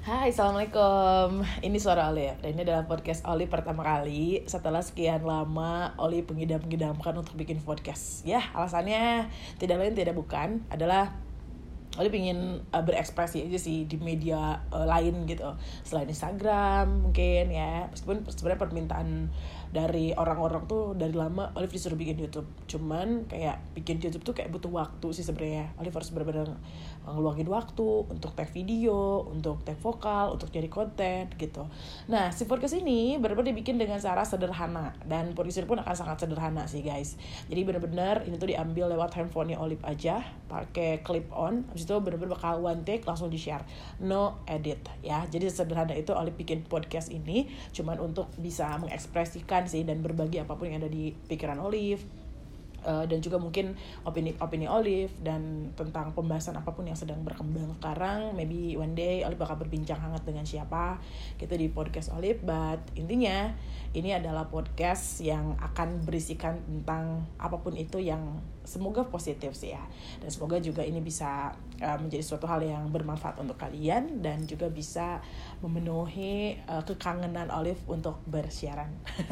Hai, Assalamualaikum. Ini suara Oli ya. Dan ini adalah podcast Oli pertama kali setelah sekian lama Oli mengidam-ngidamkan untuk bikin podcast. Ya, alasannya tidak lain tidak bukan adalah Oli pengen berekspresi aja sih di media lain gitu. Selain Instagram mungkin ya. Meskipun sebenarnya permintaan dari orang-orang tuh dari lama Olive disuruh bikin YouTube. Cuman kayak bikin YouTube tuh kayak butuh waktu sih sebenarnya. Olive harus benar-benar ngeluangin waktu untuk tag video, untuk tag vokal, untuk jadi konten gitu. Nah, si podcast ini benar-benar dibikin dengan cara sederhana dan produser pun akan sangat sederhana sih guys. Jadi benar-benar ini tuh diambil lewat handphonenya Olive aja, pakai clip on. Habis itu benar-benar bakal one take langsung di-share. No edit ya. Jadi sederhana itu Olive bikin podcast ini cuman untuk bisa mengekspresikan sih dan berbagi apapun yang ada di pikiran Olive, dan juga mungkin opini Olive dan tentang pembahasan apapun yang sedang berkembang sekarang. Maybe one day Olive bakal berbincang hangat dengan siapa gitu di podcast Olive. But intinya ini adalah podcast yang akan berisikan tentang apapun itu yang semoga positif sih ya, dan semoga juga ini bisa menjadi suatu hal yang bermanfaat untuk kalian dan juga bisa memenuhi kekangenan Olive untuk bersiaran.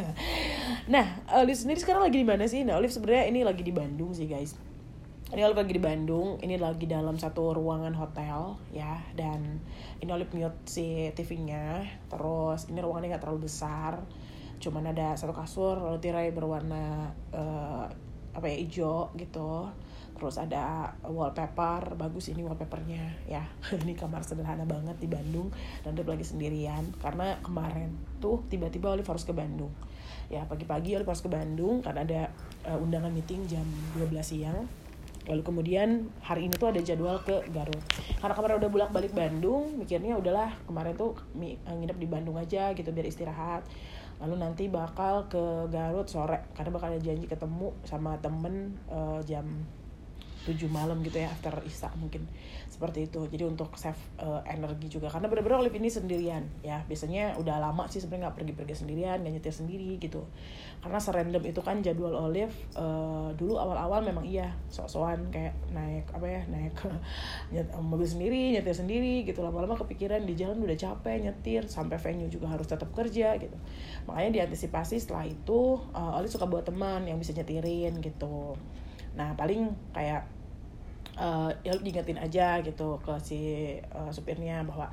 Nah, Olive sendiri sekarang lagi di mana sih? Nah, Olive sebenarnya ini lagi di Bandung sih guys. Ini Olive lagi di Bandung, ini lagi dalam satu ruangan hotel ya, dan ini Olive mute si TV-nya. Terus ini ruangannya nggak terlalu besar, cuman ada satu kasur lalu tirai berwarna hijau gitu. Terus ada wallpaper, bagus ini wallpapernya ya. Ini kamar sederhana banget di Bandung dan Olive lagi sendirian karena kemarin tuh tiba-tiba Olive harus ke Bandung. Ya, pagi-pagi Olive harus ke Bandung karena ada undangan meeting jam 12 siang. Lalu kemudian hari ini tuh ada jadwal ke Garut. Karena kemarin udah bolak-balik Bandung, mikirnya udahlah kemarin tuh nginep di Bandung aja gitu biar istirahat. Lalu nanti bakal ke Garut sore karena bakal ada janji ketemu sama temen jam 7 malam gitu ya, after Isya mungkin seperti itu. Jadi untuk save energi juga karena bener-bener Olive ini sendirian ya. Biasanya udah lama sih sebenarnya nggak pergi-pergi sendirian, nggak nyetir sendiri gitu. Karena serandom itu kan jadwal Olive. Dulu awal-awal memang iya sok-sokan kayak naik mobil sendiri, nyetir sendiri gitu. Lama-lama kepikiran di jalan udah capek nyetir, sampai venue juga harus tetap kerja gitu. Makanya diantisipasi setelah itu Olive suka bawa teman yang bisa nyetirin gitu. Nah paling kayak ya diingetin aja gitu ke si supirnya bahwa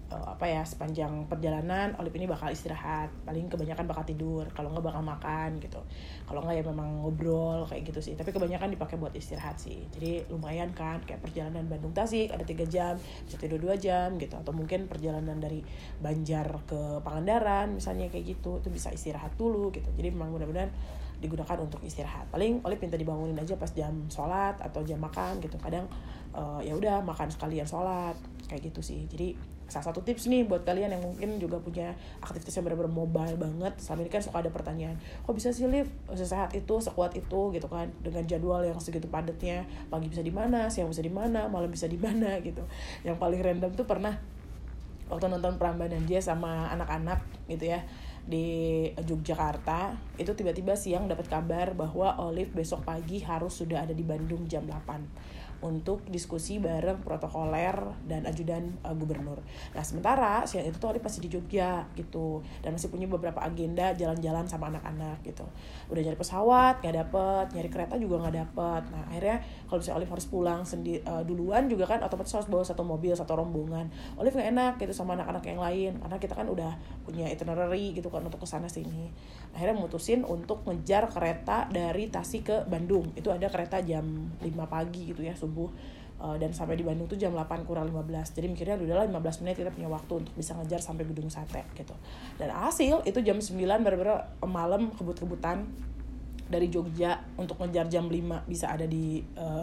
sepanjang perjalanan Olive ini bakal istirahat, paling kebanyakan bakal tidur, kalau nggak bakal makan gitu, kalau nggak ya memang ngobrol kayak gitu sih, tapi kebanyakan dipakai buat istirahat sih. Jadi lumayan kan, kayak perjalanan Bandung Tasik ada 3 jam bisa tidur 2 jam gitu, atau mungkin perjalanan dari Banjar ke Pangandaran misalnya kayak gitu, itu bisa istirahat dulu gitu. Jadi memang benar-benar digunakan untuk istirahat. Paling Olive minta dibangunin aja pas jam sholat atau jam makan gitu. Kadang ya udah makan sekalian sholat kayak gitu sih. Jadi salah satu tips nih buat kalian yang mungkin juga punya aktivitas yang benar-benar mobile banget. Selama ini kan suka ada pertanyaan, kok bisa sih Liv sesehat itu, sekuat itu gitu kan, dengan jadwal yang segitu padatnya, pagi bisa di mana, siang bisa di mana, malam bisa di mana gitu. Yang paling random tuh pernah waktu nonton Prambanan dia sama anak-anak gitu ya di Yogyakarta, itu tiba-tiba siang dapat kabar bahwa Olive besok pagi harus sudah ada di Bandung jam 8 untuk diskusi bareng protokoler dan ajudan gubernur. Nah sementara siang itu tuh Olive masih di Jogja gitu, dan masih punya beberapa agenda jalan-jalan sama anak-anak gitu. Udah nyari pesawat nggak dapet, nyari kereta juga nggak dapet. Nah akhirnya kalau misalnya Olive harus pulang duluan juga kan otomatis harus bawa satu mobil, satu rombongan. Olive nggak enak gitu sama anak-anak yang lain karena kita kan udah punya itinerary gitu kan untuk kesana sini. Akhirnya mutusin untuk ngejar kereta dari Tasik ke Bandung. Itu ada kereta jam 5 pagi gitu ya, subuh, dan sampai di Bandung tuh jam 8 kurang 15. Jadi mikirnya udahlah 15 menit kita punya waktu untuk bisa ngejar sampai Gedung Sate gitu. Dan hasil itu jam 9 bener-bener malam kebut-kebutan dari Jogja untuk ngejar jam 5 bisa ada di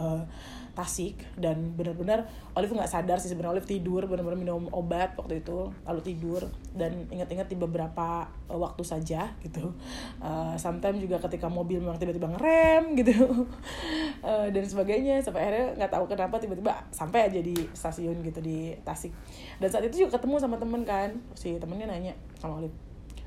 Tasik. Dan benar-benar Olive nggak sadar sih sebenarnya, Olive tidur, benar-benar minum obat waktu itu lalu tidur dan ingat-ingat di beberapa waktu saja gitu. Sometimes juga ketika mobil memang tiba-tiba ngerem gitu dan sebagainya, sampai akhirnya nggak tahu kenapa tiba-tiba sampai aja di stasiun gitu di Tasik. Dan saat itu juga ketemu sama temen kan, si temennya nanya sama Olive,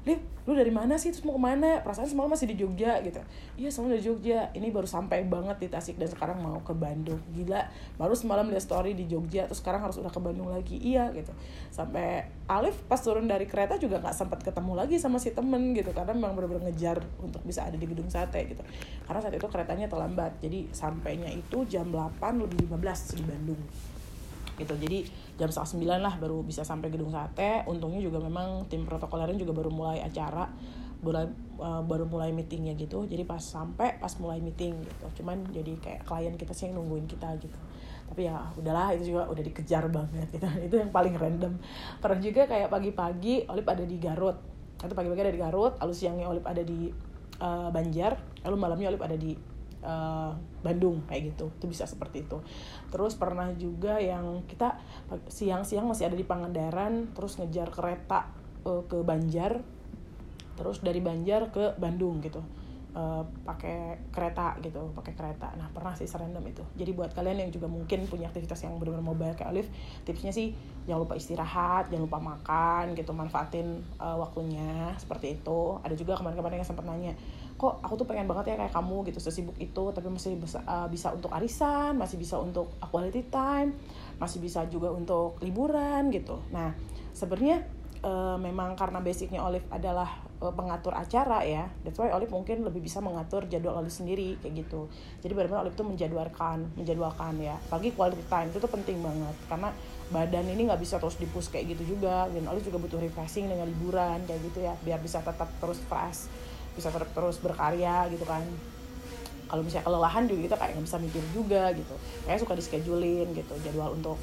Liv, lu dari mana sih, terus mau kemana, perasaan semalam masih di Jogja gitu. Iya semalam di Jogja, ini baru sampai banget di Tasik dan sekarang mau ke Bandung. Gila, baru semalam lihat story di Jogja terus sekarang harus udah ke Bandung lagi. Iya gitu. Sampai Alif pas turun dari kereta juga nggak sempat ketemu lagi sama si temen gitu, karena memang benar-benar ngejar untuk bisa ada di gedung sate gitu, karena saat itu keretanya terlambat, jadi sampainya itu jam 8:15 di Bandung gitu. Jadi jam 8:30 lah baru bisa sampai gedung sate. Untungnya juga memang tim protokolernya juga baru mulai acara, baru mulai meetingnya gitu. Jadi pas mulai meeting gitu, cuman jadi kayak klien kita sih yang nungguin kita gitu. Tapi ya udahlah, itu juga udah dikejar banget gitu. Itu yang paling random. Pernah juga kayak pagi-pagi Olip ada di Garut, itu pagi-pagi ada di Garut, lalu siangnya Olip ada di Banjar, lalu malamnya Olip ada di Bandung kayak gitu. Itu bisa seperti itu. Terus pernah juga yang kita siang-siang masih ada di Pangandaran, terus ngejar kereta ke Banjar, terus dari Banjar ke Bandung gitu, pakai kereta. Nah pernah sih serandom itu. Jadi buat kalian yang juga mungkin punya aktivitas yang benar-benar mobile kayak Olive, tipsnya sih jangan lupa istirahat, jangan lupa makan gitu, manfaatin waktunya seperti itu. Ada juga kemarin-kemarin yang sempat nanya, kok aku tuh pengen banget ya kayak kamu gitu, sesibuk itu tapi masih bisa untuk arisan, masih bisa untuk quality time, masih bisa juga untuk liburan gitu. Nah sebenarnya memang karena basicnya Olive adalah pengatur acara ya, that's why Olive mungkin lebih bisa mengatur jadwal Olive sendiri kayak gitu. Jadi benar-benar Olive tuh menjadwalkan ya, pagi quality time itu tuh penting banget, karena badan ini nggak bisa terus di-push kayak gitu juga, dan Olive juga butuh refreshing dengan liburan kayak gitu ya, biar bisa tetap terus fresh, bisa terus berkarya gitu kan. Kalau misalnya kelelahan juga kita kayak nggak bisa mikir juga gitu, kayak suka di schedulein gitu jadwal untuk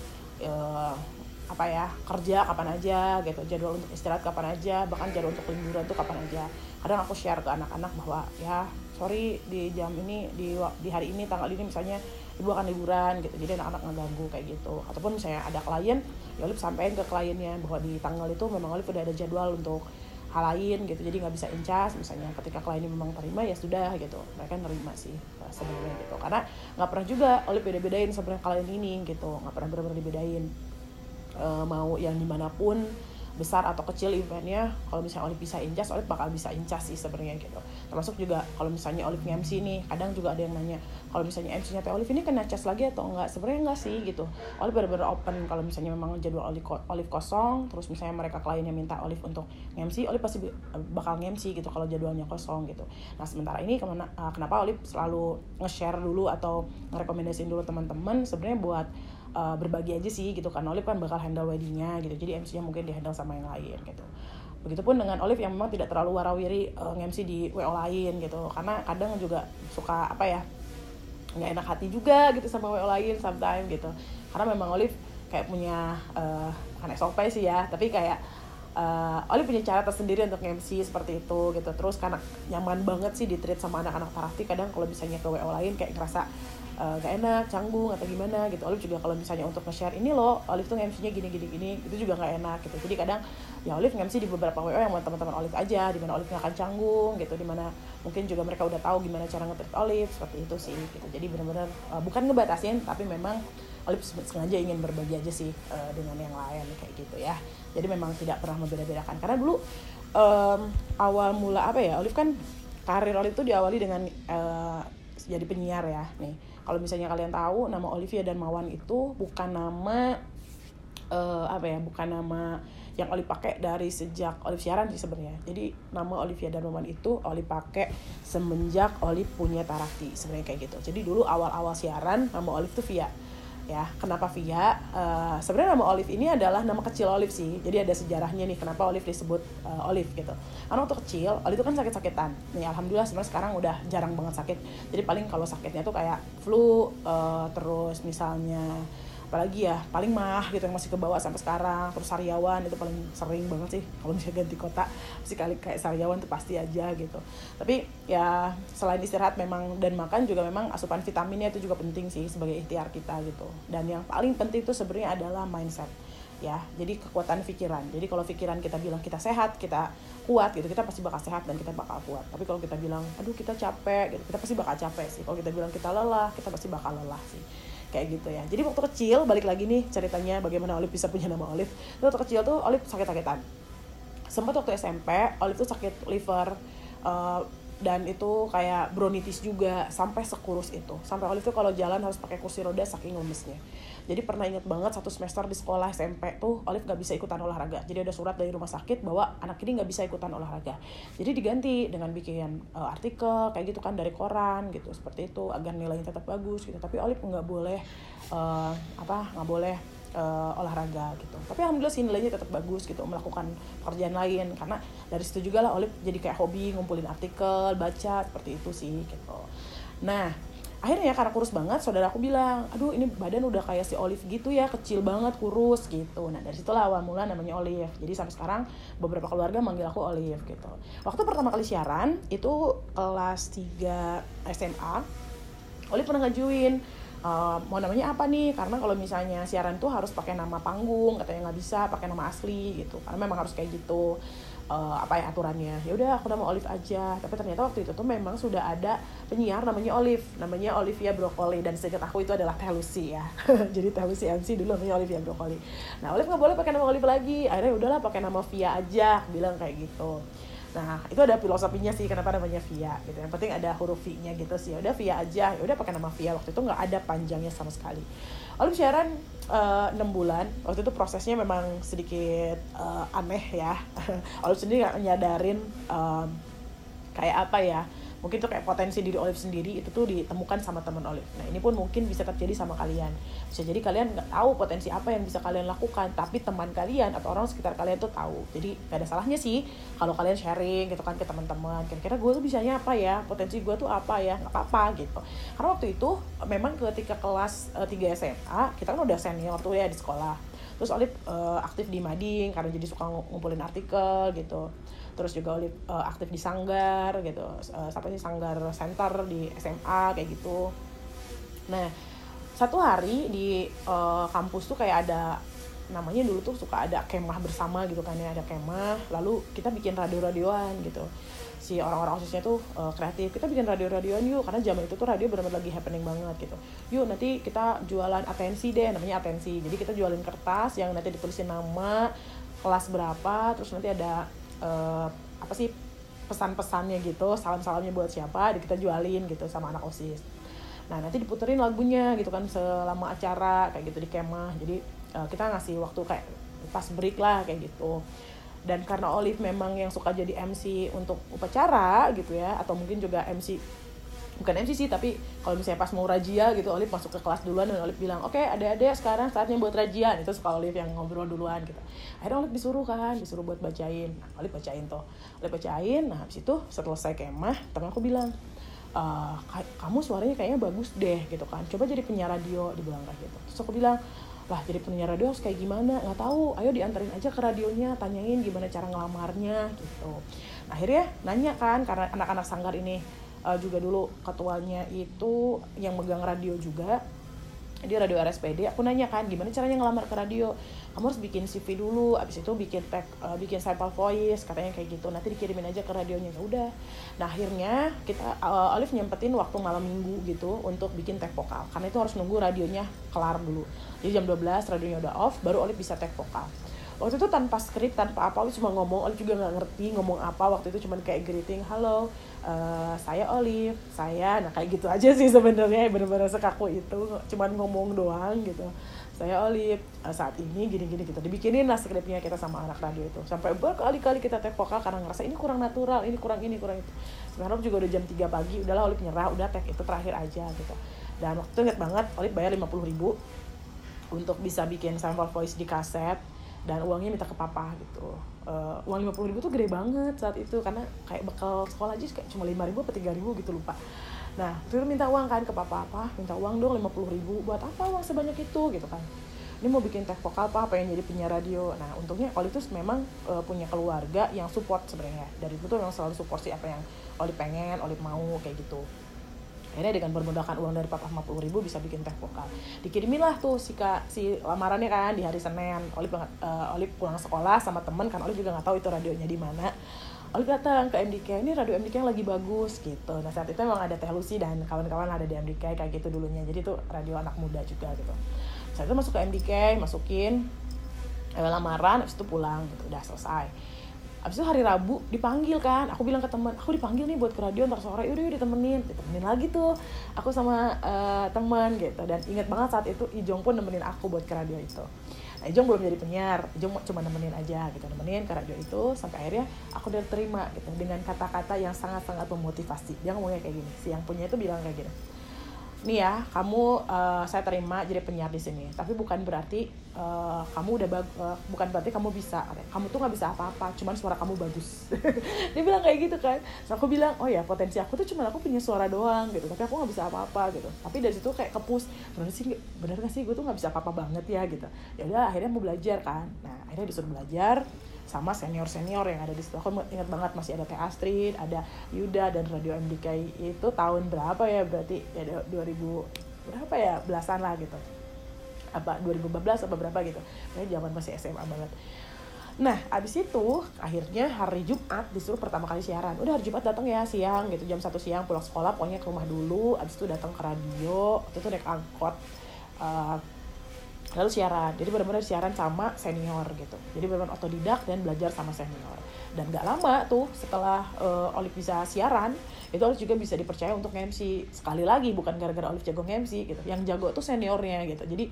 kerja kapan aja gitu, jadwal untuk istirahat kapan aja, bahkan jadwal untuk liburan tuh kapan aja. Kadang aku share ke anak-anak bahwa ya sorry di jam ini, di hari ini tanggal ini misalnya ibu akan liburan gitu, jadi anak-anak nggak ganggu kayak gitu. Ataupun misalnya ada klien, ya Olive sampein ke kliennya bahwa di tanggal itu memang Olive udah ada jadwal untuk hal lain gitu, jadi nggak bisa incas. Misalnya ketika kliennya memang terima ya sudah gitu, mereka nerima sih sebenarnya gitu, karena nggak pernah juga Olive beda-bedain sebenarnya klien ini gitu, nggak pernah benar-benar dibedain. Mau yang dimanapun, besar atau kecil eventnya, kalau misalnya Olive bisa incas, Olive bakal bisa incas sih sebenarnya gitu. Termasuk juga kalau misalnya Olive nge-MC nih, kadang juga ada yang nanya, kalau misalnya MC-nya Teh Olive ini kena cas lagi atau enggak? Sebenarnya enggak sih gitu. Olive benar-benar open. Kalau misalnya memang jadwal Olive kosong, terus misalnya mereka kliennya minta Olive untuk nge-MC, Olive pasti bakal nge-MC gitu kalau jadwalnya kosong gitu. Nah sementara ini kenapa Olive selalu nge-share dulu atau ngerekomendasiin dulu teman-teman, sebenarnya buat berbagi aja sih gitu, karena Olive kan bakal handle weddingnya gitu, jadi MC-nya mungkin di handle sama yang lain gitu. Begitupun dengan Olive yang memang tidak terlalu warawiri nge-MC di WO lain gitu, karena kadang juga suka nggak enak hati juga gitu sama WO lain sometimes gitu, karena memang Olive kayak punya kan SOP sih ya, tapi kayak Olive punya cara tersendiri untuk nge-MC seperti itu gitu. Terus karena nyaman banget sih di-treat sama anak-anak Parafti, kadang kalau misalnya ke WO lain kayak ngerasa gak enak, canggung atau gimana gitu. Olive juga kalau misalnya untuk nge-share ini loh, Olive tuh nge-MC-nya gini, itu juga gak enak gitu. Jadi kadang ya Olive nge-MC di beberapa WO yang buat teman-teman Olive aja, dimana Olive gak akan canggung gitu, dimana mungkin juga mereka udah tahu gimana cara nge-treat Olive, seperti itu sih gitu. Jadi benar-benar bukan ngebatasin, tapi memang Olive sengaja ingin berbagi aja sih dengan yang lain kayak gitu ya. Jadi memang tidak pernah membeda-bedakan, karena dulu awal mula Olive kan karir Olive tuh diawali dengan jadi penyiar ya nih. Kalau misalnya kalian tahu, nama Olivia dan Mawan itu bukan nama bukan nama yang Olive pakai dari sejak Olive siaran sih sebenarnya. Jadi nama Olivia dan Mawan itu Olive pakai semenjak Olive punya Parafti sebenarnya kayak gitu. Jadi dulu awal-awal siaran nama Olive tuh Via. Ya, kenapa Via? Sebenarnya nama Olive ini adalah nama kecil Olive sih. Jadi ada sejarahnya nih kenapa Olive disebut Olive gitu. Karena waktu kecil Olive itu kan sakit-sakitan. Nih alhamdulillah sebenarnya sekarang udah jarang banget sakit. Jadi paling kalau sakitnya tuh kayak flu, terus misalnya apalagi ya paling mah gitu yang masih kebawa sampai sekarang. Terus sariawan itu paling sering banget sih, kalau misalnya ganti kota pasti kali kayak sariawan tuh pasti aja gitu. Tapi ya selain istirahat memang dan makan juga memang asupan vitaminnya itu juga penting sih sebagai ikhtiar kita gitu. Dan yang paling penting itu sebenarnya adalah mindset ya, jadi kekuatan pikiran. Jadi kalau pikiran kita bilang kita sehat, kita kuat gitu, kita pasti bakal sehat dan kita bakal kuat. Tapi kalau kita bilang aduh kita capek gitu, kita pasti bakal capek sih. Kalau kita bilang kita lelah, kita pasti bakal lelah sih. Kayak gitu ya. Jadi waktu kecil, balik lagi nih ceritanya bagaimana Olive bisa punya nama Olive. Waktu kecil tuh Olive sakit-sakitan sempat waktu SMP Olive tuh sakit liver, dan itu kayak bronkitis juga sampai sekurus itu. Sampai Olive tuh kalau jalan harus pakai kursi roda saking lemesnya. Jadi pernah inget banget satu semester di sekolah SMP tuh Olive gak bisa ikutan olahraga. Jadi ada surat dari rumah sakit bahwa anak ini gak bisa ikutan olahraga. Jadi diganti dengan bikin artikel kayak gitu kan dari koran gitu, seperti itu agar nilainya tetap bagus gitu. Tapi Olive nggak boleh olahraga gitu. Tapi alhamdulillah sih nilainya tetap bagus gitu, melakukan pekerjaan lain, karena dari situ juga lah Olive jadi kayak hobi ngumpulin artikel, baca, seperti itu sih gitu. Nah akhirnya karena kurus banget, saudara aku bilang, aduh ini badan udah kayak si Olive gitu ya, kecil banget, kurus gitu. Nah dari situlah awal mula namanya Olive. Jadi sampai sekarang beberapa keluarga manggil aku Olive gitu. Waktu pertama kali siaran itu kelas 3 SMA, Olive pernah ngajuin mau namanya apa nih, karena kalau misalnya siaran tuh harus pakai nama panggung, katanya nggak bisa pakai nama asli gitu, karena memang harus kayak gitu aturannya. Ya udah aku nama Olive aja. Tapi ternyata waktu itu tuh memang sudah ada penyiar namanya Olivia Broccoli, dan seingat aku itu adalah Teh Lucy ya. Jadi Teh Lucy MC dulu namanya Olivia Broccoli. Nah Olive nggak boleh pakai nama Olive lagi, akhirnya udahlah pakai nama Via aja, bilang kayak gitu. Nah itu ada filosofinya sih kenapa namanya Via gitu. Yang penting ada huruf V-nya gitu sih. Udah Via aja, ya udah pakai nama Via. Waktu itu nggak ada panjangnya sama sekali. Olive siaran 6 bulan. Waktu itu prosesnya memang sedikit aneh ya. Olive sendiri nggak nyadarin kayak apa ya. Mungkin tuh kayak potensi diri Olive sendiri itu tuh ditemukan sama teman Olive. Nah ini pun mungkin bisa terjadi sama kalian. Bisa jadi kalian nggak tahu potensi apa yang bisa kalian lakukan, tapi teman kalian atau orang sekitar kalian tuh tahu. Jadi gak ada salahnya sih kalau kalian sharing gitu kan ke teman-teman. Kira-kira gue tuh bisanya apa ya, potensi gue tuh apa ya, nggak apa-apa gitu. Karena waktu itu memang ketika kelas 3 SMA kita kan udah senior tuh ya di sekolah. Terus Olive aktif di Mading karena jadi suka ngumpulin artikel gitu. Terus juga Olive aktif di Sanggar gitu, Sanggar Center di SMA kayak gitu. Nah satu hari di kampus tuh kayak ada, namanya dulu tuh suka ada kemah bersama gitu kan ya, ada kemah, lalu kita bikin radio-radioan gitu. Si orang-orang OSISnya tuh kreatif, kita bikin radio-radioan yuk, karena zaman itu tuh radio benar-benar lagi happening banget gitu. Yuk nanti kita jualan atensi deh, namanya atensi. Jadi kita jualin kertas yang nanti ditulisin nama, kelas berapa, terus nanti ada pesan-pesannya gitu, salam-salamnya buat siapa, kita jualin gitu sama anak OSIS. Nah nanti diputerin lagunya gitu kan selama acara kayak gitu di kemah. Jadi kita ngasih waktu kayak pas break lah kayak gitu. Dan karena Olive memang yang suka jadi MC untuk upacara gitu ya, atau mungkin juga MC, bukan MC sih, tapi kalau misalnya pas mau rajia gitu Olive masuk ke kelas duluan dan Olive bilang, oke, adik-adik sekarang saatnya buat rajia. Itu suka Olive yang ngobrol duluan gitu. Akhirnya Olive disuruh buat bacain. Nah, Olive bacain. Nah habis itu selesai kemah, temen aku bilang, kamu suaranya kayaknya bagus deh gitu kan, coba jadi penyiar radio, dibilang kayak gitu. Terus aku bilang, lah jadi penyiar radio harus kayak gimana, nggak tahu, ayo dianterin aja ke radionya, tanyain gimana cara ngelamarnya gitu. Nah, akhirnya nanya kan, karena anak-anak Sanggar ini juga dulu ketuanya itu yang megang radio juga, dia radio RSPD. Aku nanya kan gimana caranya ngelamar ke radio, kamu harus bikin CV dulu, abis itu bikin sample voice, katanya kayak gitu, nanti dikirimin aja ke radionya. Udah. Nah akhirnya kita Olive nyempetin waktu malam minggu gitu untuk bikin tag vokal, karena itu harus nunggu radionya kelar dulu. Jadi jam 12 radionya udah off, baru Olive bisa tag vokal. Waktu itu tanpa skrip, tanpa apa, Olive cuma ngomong. Olive juga nggak ngerti ngomong apa waktu itu, cuma kayak greeting, halo, saya Olive, nah kayak gitu aja sih sebenarnya, benar-benar sekaku itu, cuman ngomong doang gitu. Saya Olive, saat ini gini-gini gitu. Dibikinin lah skripnya kita sama anak radio itu. Sampai berkali-kali kita tag vokal karena ngerasa ini kurang natural, ini kurang itu. Sekarang juga udah jam 3 pagi, udahlah Olive nyerah, udah tag itu terakhir aja gitu. Dan waktu itu inget banget, Olive bayar 50.000 untuk bisa bikin sample voice di kaset. Dan uangnya minta ke papa gitu. Uang 50.000 tuh gede banget saat itu, karena kayak bekal sekolah aja kayak cuma 5.000 atau 3.000 gitu, lupa. Nah itu minta uang kan ke papa, minta uang dong 50.000, buat apa uang sebanyak itu gitu kan. Ini mau bikin tag vokal, pengen jadi penyiar radio. Nah untungnya Olive tuh memang punya keluarga yang support sebenarnya. Dari itu tuh memang selalu support sih apa yang Olive pengen, Olive mau kayak gitu. Akhirnya dengan bermodalkan uang dari papa 50.000 bisa bikin tag vokal. Dikirimin lah tuh si lamarannya kan di hari Senin. Olive pulang sekolah sama temen kan, Olive juga nggak tahu itu radionya di mana. Olive datang ke MDK, ini radio MDK yang lagi bagus gitu. Nah saat itu memang ada Teh Lucy dan kawan-kawan ada di MDK kayak gitu dulunya. Jadi itu radio anak muda juga gitu. Saat itu masuk ke MDK, masukin lamaran, habis itu pulang gitu, udah selesai. Abis itu hari Rabu dipanggil kan, aku bilang ke teman, aku dipanggil nih buat ke radio ntar sore, udah ditemenin lagi tuh aku sama teman gitu. Dan ingat banget saat itu Ijong pun nemenin aku buat ke radio itu. Nah, Ijong belum jadi penyiar, Ijong cuma nemenin aja gitu, nemenin ke radio itu sampai akhirnya aku udah terima gitu dengan kata-kata yang sangat-sangat memotivasi. Dia ngomongnya kayak gini, si yang punya itu bilang kayak gini, nih ya, kamu saya terima jadi penyiar di sini, tapi bukan berarti kamu udah bukan berarti kamu bisa, kamu tuh nggak bisa apa-apa, cuman suara kamu bagus. Dia bilang kayak gitu kan. So, aku bilang, oh ya potensi aku tuh cuman aku punya suara doang gitu, tapi aku nggak bisa apa-apa gitu. Tapi dari situ kayak kepus, bener gak sih gue tuh nggak bisa apa-apa banget ya gitu. Ya udah akhirnya mau belajar kan. Nah akhirnya disuruh belajar sama senior yang ada di situ. Aku ingat banget masih ada Teh Astrid, ada Yuda, dan Radio MDK itu tahun berapa ya, berarti ya 2000 berapa ya, belasan lah gitu, apa 2014 apa berapa gitu, kayak zaman masih SMA banget. Nah abis itu akhirnya hari Jumat disuruh pertama kali siaran. Udah hari Jumat datang ya siang gitu, jam 1 siang pulang sekolah, pokoknya ke rumah dulu. Abis itu datang ke radio, itu naik angkot, lalu siaran. Jadi benar-benar siaran sama senior gitu. Jadi benar-benar otodidak dan belajar sama senior. Dan gak lama tuh setelah Olive bisa siaran, itu Olive juga bisa dipercaya untuk MC. Sekali lagi bukan gara-gara Olive jago MC gitu, yang jago tuh seniornya gitu. Jadi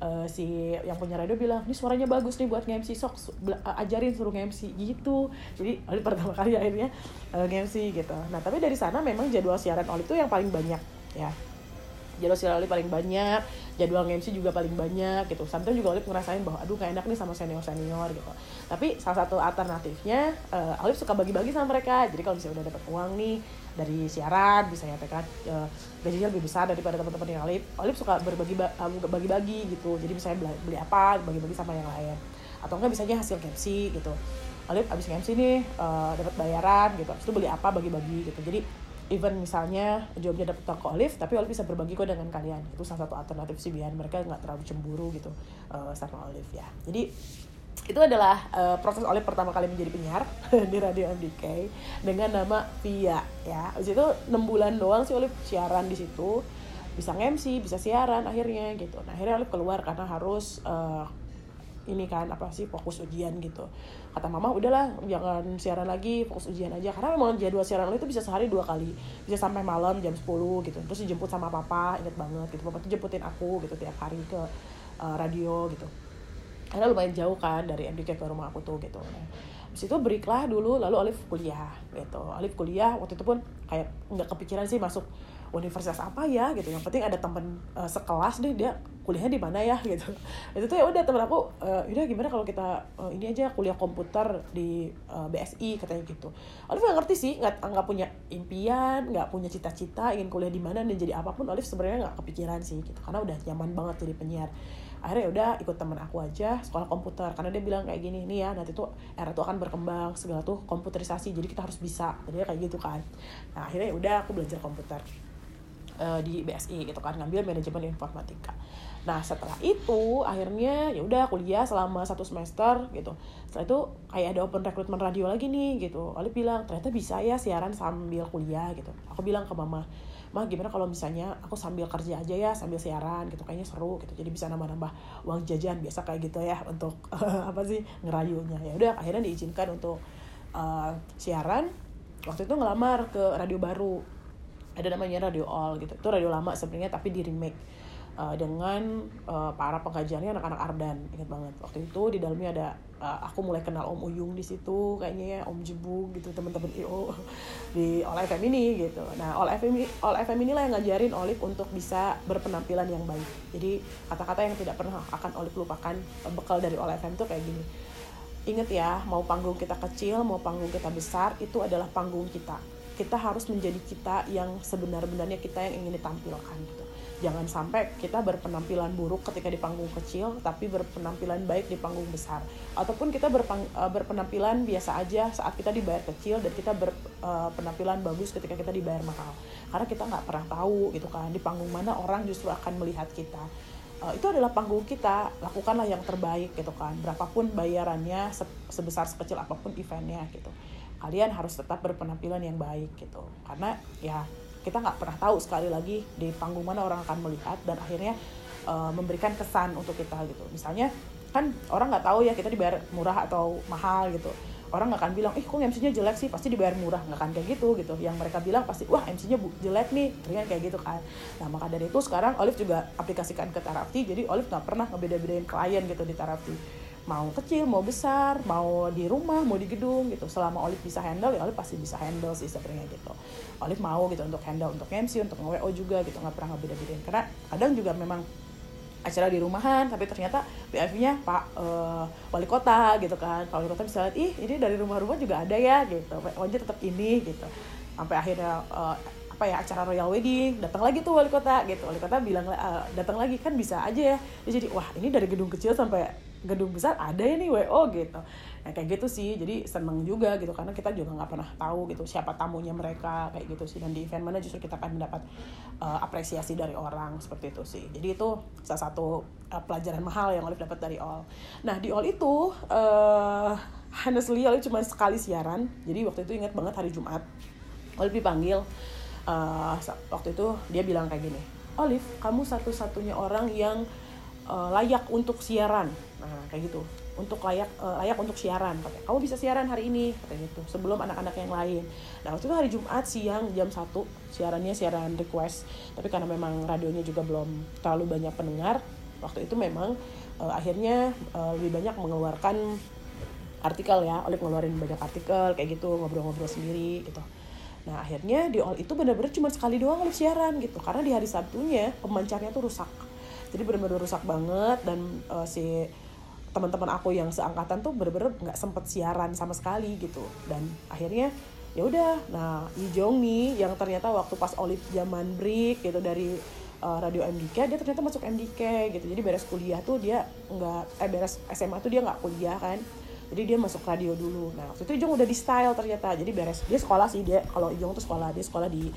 si yang punya radio bilang, ini suaranya bagus nih buat MC, sok ajarin suruh MC gitu. Jadi Olive pertama kali akhirnya MC gitu. Nah tapi dari sana memang jadwal siaran Olive tuh yang paling banyak ya. Jadwal siaran Olive paling banyak, jadwal MC juga paling banyak gitu. Sampai juga Olive ngerasain bahwa aduh gak enak nih sama senior gitu. Tapi salah satu alternatifnya Olive suka bagi-bagi sama mereka. Jadi kalau misalnya udah dapat uang nih dari siaran, bisa nyatakan gajinya lebih besar daripada teman-teman yang Olive suka bagi-bagi gitu. Jadi misalnya beli apa, bagi-bagi sama yang lain. Atau enggak misalnya hasil MC gitu. Olive abis MC nih dapat bayaran gitu. Habis itu beli apa, bagi-bagi gitu. Jadi even misalnya jawabnya dapat ke Olive, tapi Olive bisa berbagi kok dengan kalian. Itu salah satu alternatif sih biar mereka nggak terlalu cemburu gitu sama Olive ya. Jadi itu adalah proses Olive pertama kali menjadi penyiar di Radio MDK dengan nama Via ya. Habis itu 6 bulan doang sih Olive siaran di situ, bisa MC, bisa siaran akhirnya gitu. Nah akhirnya Olive keluar karena harus ini kan fokus ujian gitu. Kata mama udahlah jangan siaran lagi, fokus ujian aja, karena memang jadwal siaran itu bisa sehari 2 kali, bisa sampai malam jam 10 gitu. Terus dijemput sama papa, inget banget gitu, papa tuh jemputin aku gitu tiap hari ke radio gitu, karena lumayan jauh kan dari MDK ke rumah aku tuh gitu. Nah, habis itu break lah dulu, lalu Olive kuliah gitu. Olive kuliah waktu itu pun kayak nggak kepikiran sih masuk universitas apa ya gitu, yang penting ada temen sekelas deh, dia kuliahnya di mana ya gitu. Itu tuh ya udah temen aku udah gimana kalau kita ini aja kuliah komputer di BSI katanya gitu. Olive nggak ngerti sih, nggak punya impian, nggak punya cita-cita ingin kuliah di mana dan jadi apapun. Olive sebenarnya nggak kepikiran sih gitu, karena udah nyaman banget jadi penyiar. Akhirnya udah ikut temen aku aja sekolah komputer, karena dia bilang kayak gini nih ya, nanti tuh era tuh akan berkembang, segala tuh komputerisasi, jadi kita harus bisa, jadi kayak gitu kan. Nah akhirnya udah aku belajar komputer di BSI gitu kan, ngambil manajemen informatika. Nah setelah itu akhirnya ya udah kuliah selama 1 semester gitu. Setelah itu kayak ada open recruitment radio lagi nih gitu. Olive bilang ternyata bisa ya siaran sambil kuliah gitu. Aku bilang ke mama, "Ma, gimana kalau misalnya aku sambil kerja aja ya, sambil siaran gitu, kayaknya seru gitu. Jadi bisa nambah-nambah uang jajan biasa kayak gitu ya untuk ngerayunya." Ya udah akhirnya diizinkan untuk siaran. Waktu itu ngelamar ke radio baru. Ada namanya Radio All gitu. Itu radio lama sebenarnya tapi di remake dengan para pengajarnya anak-anak Ardan. Ingat banget. Waktu itu di dalamnya ada aku mulai kenal Om Uyung di situ kayaknya ya, Om Jebuk gitu, teman-teman IO di All FM ini gitu. Nah, All FM inilah yang ngajarin Olive untuk bisa berpenampilan yang baik. Jadi kata-kata yang tidak pernah akan Olive lupakan, bekal dari All FM tuh kayak gini. Ingat ya, mau panggung kita kecil, mau panggung kita besar, itu adalah panggung kita. Kita harus menjadi kita yang sebenar-benarnya kita yang ingin ditampilkan gitu. Jangan sampai kita berpenampilan buruk ketika di panggung kecil, tapi berpenampilan baik di panggung besar. Ataupun kita berpenampilan biasa aja saat kita dibayar kecil, dan kita berpenampilan bagus ketika kita dibayar mahal. Karena kita nggak pernah tahu gitu kan, di panggung mana orang justru akan melihat kita. Itu adalah panggung kita, lakukanlah yang terbaik gitu kan. Berapapun bayarannya, sebesar sekecil apapun eventnya gitu. Kalian harus tetap berpenampilan yang baik gitu, karena ya kita nggak pernah tahu sekali lagi di panggung mana orang akan melihat dan akhirnya memberikan kesan untuk kita gitu. Misalnya kan orang nggak tahu ya kita dibayar murah atau mahal gitu. orang nggak akan bilang kok MC-nya jelek sih, pasti dibayar murah, nggak akan kayak gitu. Yang mereka bilang pasti wah MC-nya jelek nih, kan kayak gitu kan. Nah maka dari itu sekarang Olive juga aplikasikan ke Tarafti, jadi Olive nggak pernah ngebeda-bedain klien gitu di Tarafti, mau kecil mau besar, mau di rumah mau di gedung gitu, selama Olive bisa handle ya Olive pasti bisa handle sih sebenarnya gitu. Olive mau gitu untuk handle untuk MC, untuk nge-WO juga gitu, nggak pernah ngebeda-bedain, karena kadang juga memang acara di rumahan tapi ternyata PIV-nya Pak Wali Kota gitu kan. Pak Wali Kota bisa lihat, ini dari rumah-rumah juga ada ya gitu, WO-nya tetap ini gitu. Sampai akhirnya acara Royal Wedding, datang lagi tuh Wali Kota gitu. Wali Kota bilang datang lagi, kan bisa aja ya. Jadi wah ini dari gedung kecil sampai gedung besar ada ya nih WO gitu. Nah kayak gitu sih, jadi seneng juga gitu, karena kita juga nggak pernah tahu gitu siapa tamunya mereka kayak gitu sih. Dan di event mana justru kita akan mendapat apresiasi dari orang seperti itu sih. Jadi itu salah satu pelajaran mahal yang Olive dapat dari All. Nah di All itu honestly Olive cuma sekali siaran. Jadi waktu itu ingat banget hari Jumat Olive dipanggil. Waktu itu dia bilang kayak gini, Olive kamu satu-satunya orang yang layak untuk siaran. Nah kayak gitu, untuk layak untuk siaran, katanya kamu bisa siaran hari ini, katanya gitu, sebelum anak-anak yang lain. Nah waktu itu hari Jumat siang jam 1 siarannya, siaran request, tapi karena memang radionya juga belum terlalu banyak pendengar waktu itu, memang akhirnya lebih banyak mengeluarkan artikel ya, Olive ngeluarin banyak artikel kayak gitu, ngobrol-ngobrol sendiri gitu. Nah akhirnya di All itu benar-benar cuma sekali doang Olive siaran gitu, karena di hari Sabtunya pemancarnya tuh rusak. Jadi benar-benar rusak banget, dan si teman-teman aku yang seangkatan tuh benar-benar nggak sempet siaran sama sekali gitu. Dan akhirnya ya udah, nah Yijong nih yang ternyata waktu pas Olive zaman break gitu dari radio MDK, dia ternyata masuk MDK gitu. Jadi beres kuliah tuh dia beres SMA tuh dia nggak kuliah kan. Jadi dia masuk radio dulu. Nah waktu itu Ijong udah di style ternyata. Jadi beres, dia sekolah sih, dia kalau Ijong tuh dia sekolah di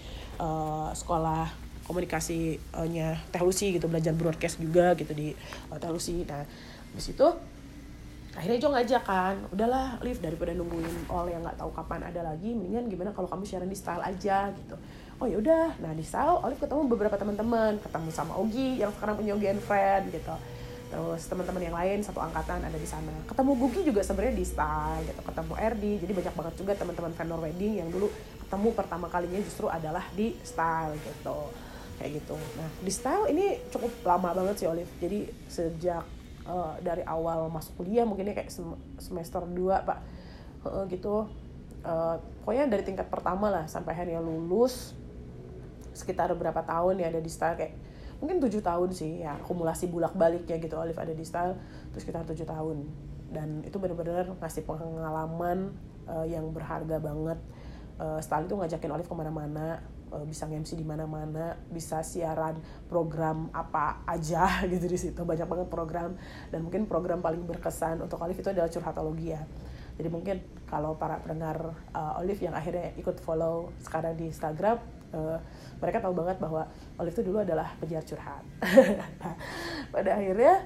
sekolah komunikasinya Tehlusi gitu, belajar broadcast juga gitu di Tehlusi. Nah habis itu akhirnya Ijong ngajak kan, udahlah Liv, daripada nungguin All yang nggak tahu kapan ada lagi, mendingan gimana kalau kamu siaran di style aja gitu. Oh ya udah, nah di style Olive ketemu beberapa teman-teman, ketemu sama Ogi yang sekarang punya Ogi and Friend gitu. Terus teman-teman yang lain satu angkatan ada di sana. Ketemu Gugi juga sebenarnya di style gitu, ketemu RD. Jadi banyak banget juga teman-teman vendor wedding yang dulu ketemu pertama kalinya justru adalah di style gitu. Kayak gitu. Nah, di style ini cukup lama banget sih Olive. Jadi sejak dari awal masuk kuliah, mungkinnya kayak semester 2 Pak. Gitu. Pokoknya dari tingkat pertama lah sampai akhirnya lulus, sekitar berapa tahun ya ada di style, kayak mungkin 7 tahun sih ya, akumulasi bulak-baliknya gitu Olive ada di style terus sekitar 7 tahun. Dan itu benar-benar ngasih pengalaman yang berharga banget. Style itu ngajakin Olive kemana-mana, bisa nge-MC di mana-mana, bisa siaran program apa aja gitu di situ, banyak banget program. Dan mungkin program paling berkesan untuk Olive itu adalah Curhatologi ya. Jadi mungkin kalau para pendengar Olive yang akhirnya ikut follow sekarang di Instagram, mereka tahu banget bahwa Olive itu dulu adalah penyiar curhat. Nah, pada akhirnya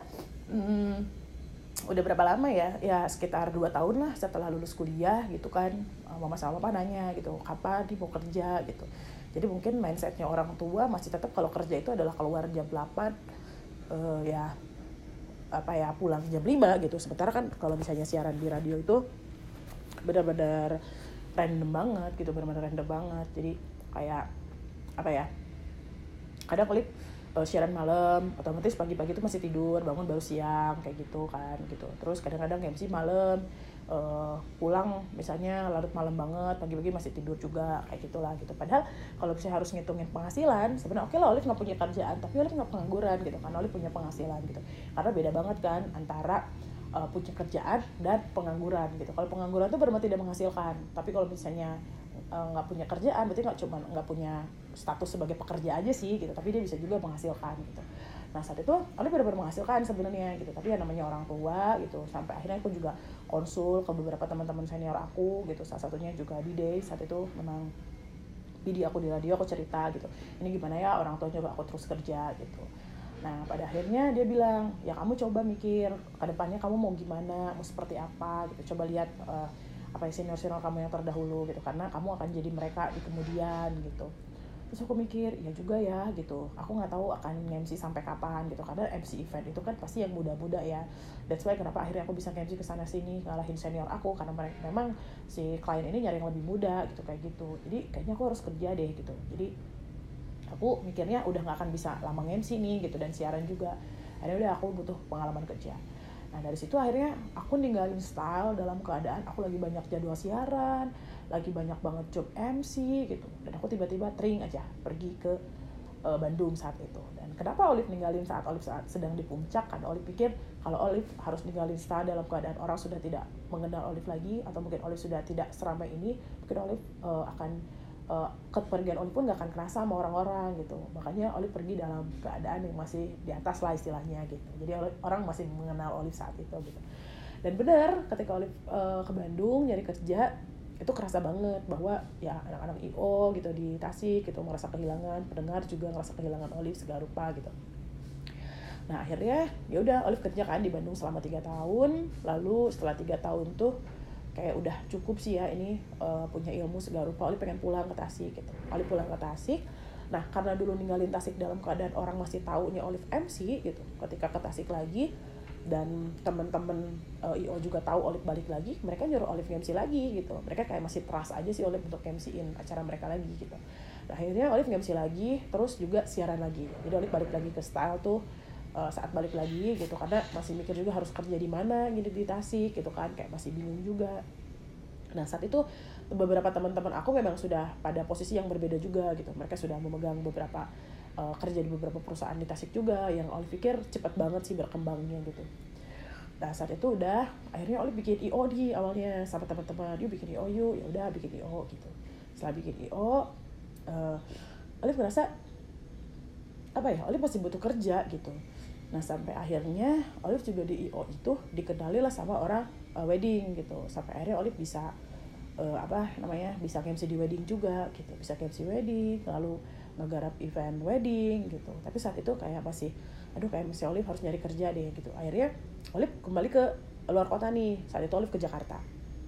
udah berapa lama ya sekitar 2 tahun lah setelah lulus kuliah gitu kan, mama sama papa nanya gitu, kapan dia mau kerja gitu. Jadi mungkin mindsetnya orang tua masih tetap kalau kerja itu adalah keluar jam 8 pulang jam 5 gitu. Sementara kan kalau misalnya siaran di radio itu benar-benar random banget gitu, benar-benar random banget. Jadi kayak kadang kali siaran malam, otomatis pagi-pagi itu masih tidur, bangun baru siang kayak gitu kan gitu. Terus kadang-kadang MC malam, pulang misalnya larut malam banget, pagi-pagi masih tidur juga kayak gitulah gitu. Padahal kalau misalnya harus ngitungin penghasilan, sebenarnya oke lah Olive nggak punya kerjaan, tapi Olive nggak pengangguran gitu kan, Olive punya penghasilan gitu. Karena beda banget kan antara punya kerjaan dan pengangguran gitu. Kalau pengangguran itu benar-benar tidak menghasilkan, tapi kalau misalnya nggak punya kerjaan berarti nggak punya status sebagai pekerja aja sih gitu, tapi dia bisa juga menghasilkan gitu. Nah saat itu Olive benar-benar menghasilkan sebenarnya gitu, tapi ya namanya orang tua gitu. Sampai akhirnya aku juga konsul ke beberapa teman-teman senior aku gitu, salah satunya juga Dide. Saat itu memang Didi aku di radio, aku cerita gitu, ini gimana ya orang tua juga aku terus kerja gitu. Nah pada akhirnya dia bilang, ya kamu coba mikir ke depannya kamu mau gimana, mau seperti apa gitu, coba lihat senior-senior kamu yang terdahulu gitu, karena kamu akan jadi mereka di kemudian gitu. Terus aku mikir, ya juga ya gitu, aku nggak tahu akan MC sampai kapan gitu, karena MC event itu kan pasti yang muda-muda ya. That's why kenapa akhirnya aku bisa MC kesana sini ngalahin senior aku, karena memang si klien ini nyari yang lebih muda gitu, kayak gitu. Jadi kayaknya aku harus kerja deh gitu. Jadi aku mikirnya udah nggak akan bisa lama MC nih gitu, dan siaran juga. Akhirnya udah aku butuh pengalaman kerja. Nah dari situ akhirnya aku ninggalin style dalam keadaan aku lagi banyak jadwal siaran, lagi banyak banget job MC gitu, dan aku tiba-tiba tering aja pergi ke Bandung saat itu. Dan kenapa Olive ninggalin saat Olive sedang di puncak? Karena Olive pikir kalau Olive harus ninggalin style dalam keadaan orang sudah tidak mengenal Olive lagi, atau mungkin Olive sudah tidak seramai ini, mungkin Olive akan kepergian Olive pun gak akan kerasa sama orang-orang gitu. Makanya Olive pergi dalam keadaan yang masih di atas lah istilahnya gitu. Jadi orang masih mengenal Olive saat itu gitu. Dan benar, ketika Olive ke Bandung nyari kerja, itu kerasa banget bahwa ya anak-anak IO gitu di Tasik gitu merasa kehilangan, pendengar juga ngerasa kehilangan Olive segala rupa gitu. Nah akhirnya ya udah Olive kerja kan di Bandung selama 3 tahun. Lalu setelah 3 tahun tuh kayak udah cukup sih ya ini punya ilmu segala rupa, Olive pengen pulang ke Tasik gitu. Olive pulang ke Tasik. Nah karena dulu ninggalin Tasik dalam keadaan orang masih taunya Olive MC gitu, ketika ke Tasik lagi dan teman-teman IO juga tahu Olive balik lagi, mereka nyuruh Olive MC lagi gitu. Mereka kayak masih trust aja sih Olive untuk MC-in acara mereka lagi gitu. Nah, akhirnya Olive MC lagi, terus juga siaran lagi. Jadi Olive balik lagi ke style tuh saat balik lagi gitu, karena masih mikir juga harus kerja di mana gitu di Tasik gitu kan, kayak masih bingung juga. Nah saat itu beberapa teman-teman aku memang sudah pada posisi yang berbeda juga gitu. Mereka sudah memegang beberapa kerja di beberapa perusahaan di Tasik juga, yang Olive pikir cepat banget sih berkembangnya gitu. Nah saat itu udah akhirnya Olive bikin IO di awalnya sama teman-teman, yuk bikin IO yuk, ya udah bikin IO gitu. Setelah bikin IO, Olive ngerasa apa ya, Olive masih butuh kerja gitu. Nah sampai akhirnya Olive juga di IO itu dikenali lah sama orang wedding gitu. Sampai akhirnya Olive bisa bisa MC di wedding juga gitu, bisa MC wedding, lalu ngegarap event wedding gitu. Tapi saat itu kayak masih kayak Miss Olive harus nyari kerja deh gitu. Akhirnya Olive kembali ke luar kota nih. Saat itu Olive ke Jakarta,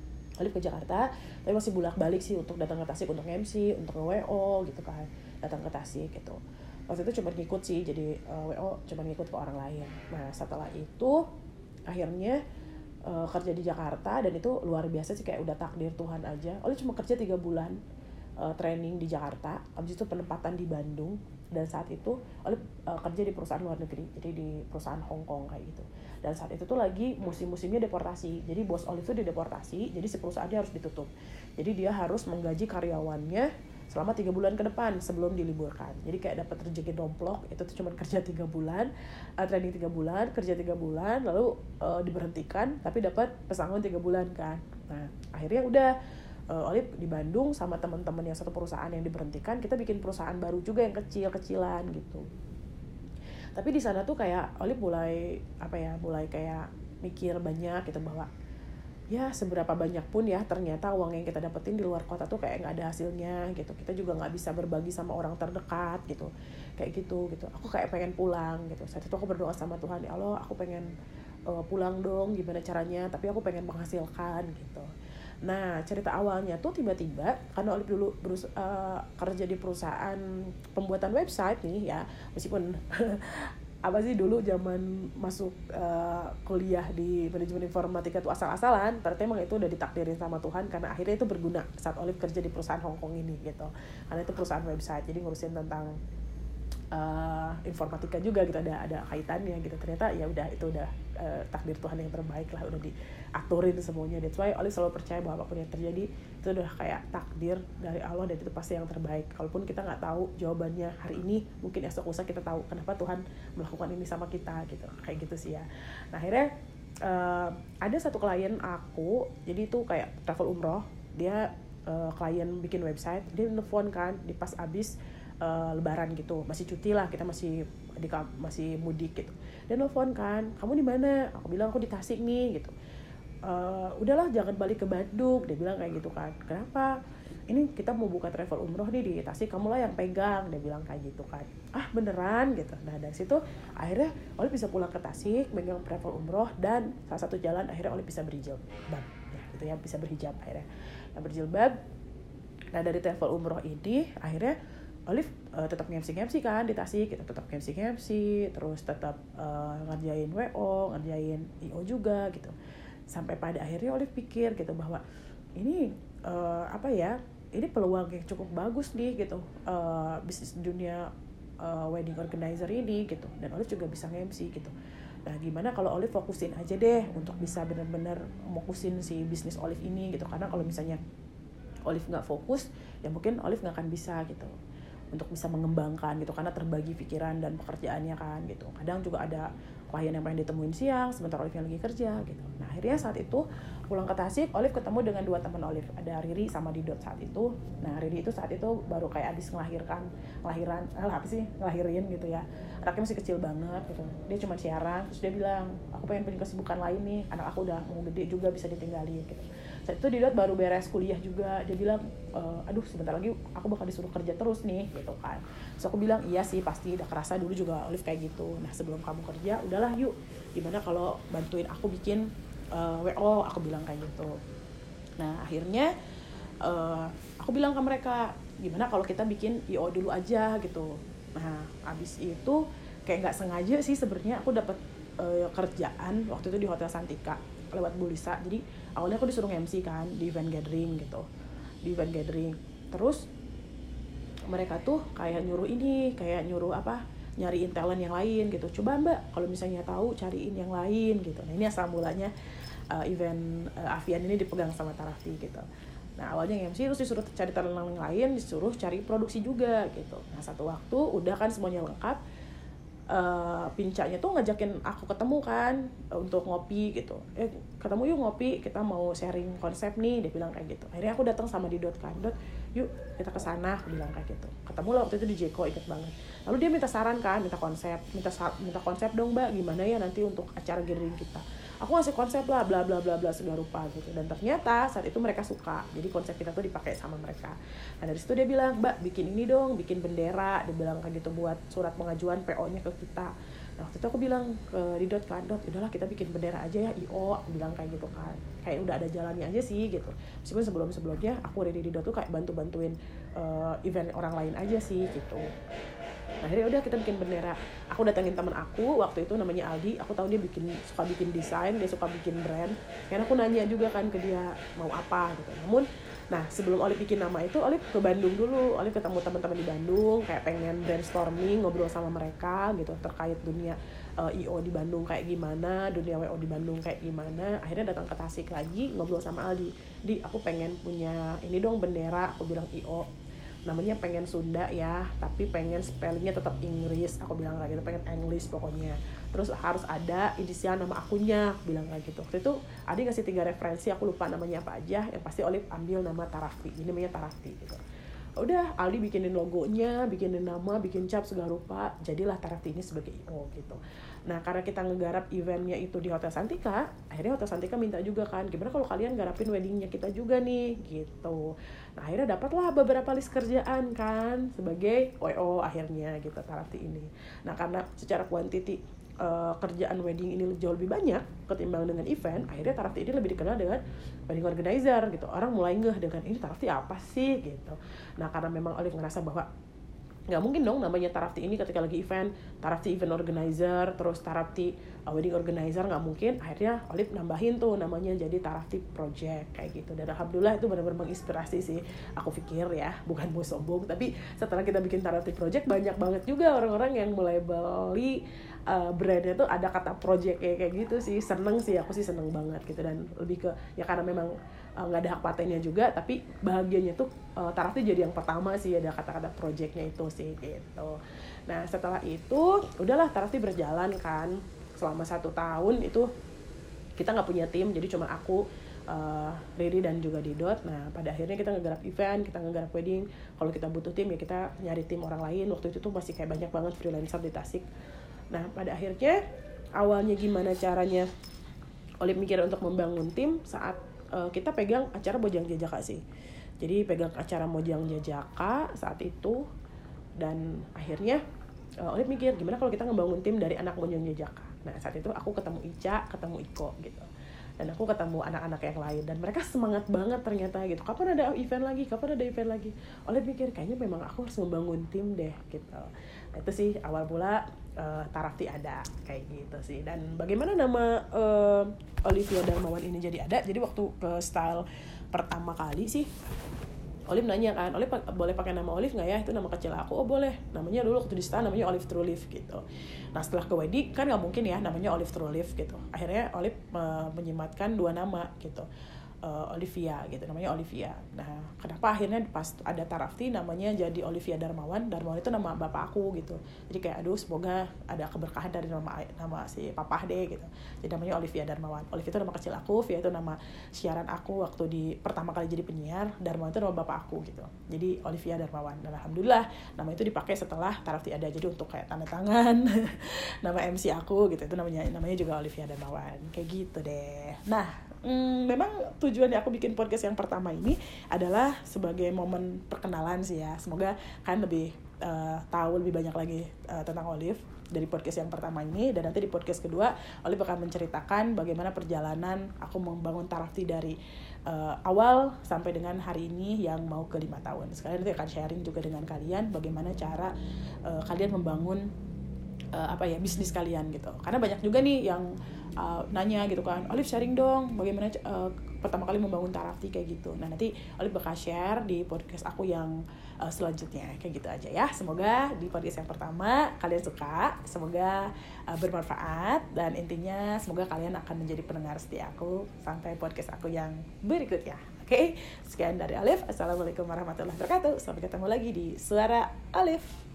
tapi masih bolak-balik sih untuk datang ke Tasik untuk MC, untuk nge-WO gitu kan, datang ke Tasik gitu. Waktu itu cuma ngikut sih, jadi WO cuma ngikut ke orang lain. Nah setelah itu akhirnya kerja di Jakarta, dan itu luar biasa sih, kayak udah takdir Tuhan aja. Olive cuma kerja 3 bulan training di Jakarta, habis itu penempatan di Bandung, dan saat itu Olive kerja di perusahaan luar negeri, jadi di perusahaan Hong Kong kayak gitu. Dan saat itu tuh lagi musim-musimnya deportasi, jadi bos Olive tuh dideportasi, jadi si perusahaannya harus ditutup. Jadi dia harus menggaji karyawannya selama 3 bulan ke depan sebelum diliburkan. Jadi kayak dapat rezeki domplok, itu tuh cuma kerja 3 bulan, training 3 bulan, kerja 3 bulan, lalu diberhentikan, tapi dapat pesangon 3 bulan kan. Nah akhirnya udah Olive di Bandung sama teman-teman yang satu perusahaan yang diberhentikan, kita bikin perusahaan baru juga yang kecil-kecilan gitu. Tapi di sana tuh kayak Olive mulai kayak mikir banyak gitu, bahwa ya seberapa banyak pun ya ternyata uang yang kita dapetin di luar kota tuh kayak nggak ada hasilnya gitu. Kita juga nggak bisa berbagi sama orang terdekat gitu, kayak gitu. Aku kayak pengen pulang gitu. Saat itu aku berdoa sama Tuhan, ya Allah aku pengen pulang dong, gimana caranya, tapi aku pengen menghasilkan gitu. Nah cerita awalnya tuh tiba-tiba karena Olive dulu kerja di perusahaan pembuatan website nih ya, meskipun apa sih dulu zaman masuk kuliah di manajemen informatika tuh asal-asalan, ternyata emang itu udah ditakdirin sama Tuhan, karena akhirnya itu berguna saat Olive kerja di perusahaan Hong Kong ini gitu. Karena itu perusahaan website, jadi ngurusin tentang informatika juga gitu, ada kaitannya gitu. Ternyata ya udah, itu udah takdir Tuhan yang terbaik lah, udah diaturin semuanya. That's why Olive selalu percaya bahwa apapun yang terjadi itu udah kayak takdir dari Allah, dan itu pasti yang terbaik. Kalaupun kita nggak tahu jawabannya hari ini, mungkin esok lusa kita tahu kenapa Tuhan melakukan ini sama kita gitu, kayak gitu sih ya. Nah akhirnya ada satu klien aku, jadi itu kayak travel umroh, dia klien bikin website, dia nelfon kan di pas abis Lebaran gitu, masih cuti lah, kita masih mudik gitu. Dia nelfon kan, kamu di mana? Aku bilang aku di Tasik nih gitu. Udahlah jangan balik ke Bandung, dia bilang kayak gitu kan. Kenapa? Ini kita mau buka travel umroh nih di Tasik, kamulah yang pegang, dia bilang kayak gitu kan. Ah beneran gitu. Nah dari situ akhirnya Olive bisa pulang ke Tasik, megang travel umroh, dan salah satu jalan akhirnya Olive bisa berjilbab ya, gitu ya, bisa berhijab akhirnya. Nah berjilbab. Nah dari travel umroh ini akhirnya Olive tetap nge-MC kan di Tasik, kita tetap nge-MC, terus tetap ngerjain WO, ngerjain IO juga gitu. Sampai pada akhirnya Olive pikir gitu bahwa ini ini peluang yang cukup bagus nih gitu, bisnis dunia wedding organizer ini gitu, dan Olive juga bisa nge-MC gitu. Nah gimana kalau Olive fokusin aja deh untuk bisa benar-benar fokusin si bisnis Olive ini gitu, karena kalau misalnya Olive nggak fokus ya mungkin Olive nggak akan bisa gitu untuk bisa mengembangkan gitu, karena terbagi pikiran dan pekerjaannya kan gitu. Kadang juga ada klien yang pengen ditemuin siang sementara Olive yang lagi kerja gitu. Nah akhirnya saat itu pulang ke Tasik, Olive ketemu dengan 2 teman Olive, ada Riri sama Didot saat itu. Nah Riri itu saat itu baru kayak habis ngelahirin gitu ya, anaknya masih kecil banget gitu. Dia cuma siaran, terus dia bilang aku pengen punya kesibukan lain nih, anak aku udah mau gede juga bisa ditinggalin gitu. Saat itu Didot baru beres kuliah juga, dia bilang aduh sebentar lagi aku bakal disuruh kerja terus nih gitu kan. Terus aku bilang iya sih pasti, udah kerasa dulu juga Olive kayak gitu. Nah sebelum kamu kerja udahlah yuk gimana kalau bantuin aku bikin WO, aku bilang kayak gitu. Nah akhirnya aku bilang ke mereka gimana kalau kita bikin IO dulu aja gitu. Nah abis itu kayak nggak sengaja sih sebenarnya aku dapat kerjaan waktu itu di Hotel Santika lewat Bu Lisa. Jadi awalnya aku disuruh MC kan di event gathering gitu, di event gathering. Terus mereka tuh kayak nyuruh nyariin talent yang lain gitu. Coba Mbak kalau misalnya tahu cariin yang lain gitu. Nah ini asal mulanya event Avian ini dipegang sama Tarafti gitu. Nah awalnya MC terus disuruh cari talent yang lain, disuruh cari produksi juga gitu. Nah satu waktu udah kan semuanya lengkap, Pincanya tuh ngajakin aku ketemu kan untuk ngopi gitu. Ketemu yuk ngopi, kita mau sharing konsep nih, dia bilang kayak gitu. Akhirnya aku datang sama Didot kan, Dot yuk kita kesana, aku bilang kayak gitu. Ketemu lah waktu itu di Jeko, inget banget. Lalu dia minta saran kan, minta konsep dong Mbak, gimana ya nanti untuk acara gathering kita. Aku ngasih konsep lah, bla bla bla bla segala rupa gitu. Dan ternyata saat itu mereka suka, jadi konsep kita tuh dipakai sama mereka. Nah dari situ dia bilang, Mbak bikin ini dong, bikin bendera, dia bilang kayak gitu buat surat pengajuan PO-nya ke kita. Nah waktu itu aku bilang ke Didot kan, Dot udahlah kita bikin bendera aja ya IO, aku bilang kayak gitu kan. Kayak udah ada jalannya aja sih gitu. Meskipun sebelumnya aku dari Didot tuh kayak bantuin event orang lain aja sih gitu. Nah akhirnya udah kita bikin bendera. Aku datangin teman aku waktu itu namanya Aldi. Aku tahu dia suka bikin desain, dia suka bikin brand. Karena aku nanya juga kan ke dia mau apa gitu. Namun, nah sebelum Olive bikin nama itu, Olive ke Bandung dulu. Olive ketemu teman-teman di Bandung, kayak pengen brainstorming, ngobrol sama mereka gitu terkait dunia IO di Bandung kayak gimana, dunia WO di Bandung kayak gimana. Akhirnya datang ke Tasik lagi, ngobrol sama Aldi. Di, aku pengen punya ini dong bendera. Aku bilang IO. Namanya pengen Sunda ya, tapi pengen spellingnya tetap Inggris, aku bilang kayak gitu, pengen English pokoknya. Terus harus ada inisial nama akunya, aku bilang kayak gitu. Waktu itu Adi ngasih 3 referensi, aku lupa namanya apa aja, yang pasti Olive ambil nama Tarafti, ini namanya Tarafti gitu. Udah Aldi bikinin logonya, bikinin nama, bikin cap segala rupa, jadilah Tarafti ini sebagai IO gitu. Nah karena kita ngegarap eventnya itu di Hotel Santika, akhirnya Hotel Santika minta juga kan, gimana kalau kalian garapin weddingnya kita juga nih gitu. Nah akhirnya dapatlah beberapa list kerjaan kan sebagai WO akhirnya gitu Tarafti ini. Nah karena secara kuantiti kerjaan wedding ini jauh lebih banyak ketimbang dengan event, akhirnya Tarafti ini lebih dikenal dengan wedding organizer gitu. Orang mulai ngeh dengan ini Tarafti apa sih gitu. Nah karena memang Olive ngerasa bahwa nggak mungkin dong namanya Tarafti ini ketika lagi event, Tarafti event organizer, terus Tarafti wedding organizer, nggak mungkin. Akhirnya Olive nambahin tuh namanya jadi Tarafti Project kayak gitu. Dan alhamdulillah itu benar-benar menginspirasi sih, aku pikir ya, bukan mau sombong, tapi setelah kita bikin Tarafti Project banyak banget juga orang-orang yang mulai beli brandnya tuh ada kata project kayak gitu sih. Seneng sih, aku sih seneng banget gitu. Dan lebih ke ya karena memang nggak ada hak patennya juga, tapi bahagianya tuh Tarafti jadi yang pertama sih ada kata-kata projectnya itu sih gitu. Nah setelah itu udahlah Tarafti berjalan kan selama 1 tahun itu kita nggak punya tim, jadi cuma aku, Riri dan juga Didot. Nah pada akhirnya kita ngegarap event, kita ngegarap wedding. Kalau kita butuh tim ya kita nyari tim orang lain. Waktu itu tuh masih kayak banyak banget freelancer di Tasik. Nah pada akhirnya awalnya gimana caranya Olive mikir untuk membangun tim saat kita pegang acara Mojang Jajaka sih. Jadi pegang acara Mojang Jajaka saat itu. Dan akhirnya Olive mikir gimana kalau kita ngebangun tim dari anak Mojang Jajaka. Nah saat itu aku ketemu Ica, ketemu Iko gitu. dan aku ketemu anak-anak yang lain dan mereka semangat banget ternyata gitu. Kapan ada event lagi? Oleh pikir kayaknya memang aku harus membangun tim deh gitu. Nah, itu sih awal mula Tarafti ada kayak gitu sih. Dan bagaimana nama Olivia Darmawan ini jadi ada? Jadi waktu ke style pertama kali sih Olive nanya kan, Olive boleh pakai nama Olive nggak ya? Itu nama kecil aku. Oh boleh. Namanya dulu waktu di style namanya Olive True Life gitu. Nah setelah ke wedding kan nggak mungkin ya namanya Olive True Life gitu. Akhirnya Olive menyematkan 2 nama gitu. Olivia gitu, namanya Olivia. Nah kenapa akhirnya pas ada Tarafti namanya jadi Olivia Darmawan. Darmawan itu nama bapak aku gitu. Jadi kayak aduh semoga ada keberkahan dari nama si papa deh gitu. Jadi namanya Olivia Darmawan. Olivia itu nama kecil aku, Via itu nama siaran aku waktu di pertama kali jadi penyiar. Darmawan itu nama bapak aku gitu. Jadi Olivia Darmawan. Dan alhamdulillah nama itu dipakai setelah Tarafti ada. Jadi untuk kayak tanda tangan nama MC aku gitu, itu namanya juga Olivia Darmawan. Kayak gitu deh. Nah memang tujuan aku bikin podcast yang pertama ini adalah sebagai momen perkenalan sih ya. Semoga kan lebih tahu lebih banyak lagi tentang Olive dari podcast yang pertama ini. Dan nanti di podcast kedua Olive bakal menceritakan bagaimana perjalanan aku membangun Tarafti dari awal sampai dengan hari ini yang mau ke 5 tahun. Sekalian nanti akan sharing juga dengan kalian bagaimana cara kalian membangun bisnis kalian gitu. Karena banyak juga nih yang nanya gitu kan, Olive sharing dong bagaimana pertama kali membangun Tarafti kayak gitu. Nah nanti Olive bakal share di podcast aku yang selanjutnya kayak gitu aja ya. Semoga di podcast yang pertama kalian suka, semoga bermanfaat, dan intinya semoga kalian akan menjadi pendengar setia aku sampai podcast aku yang berikutnya. Oke, sekian dari Olive. Assalamualaikum warahmatullahi wabarakatuh. Sampai ketemu lagi di Suara Olive.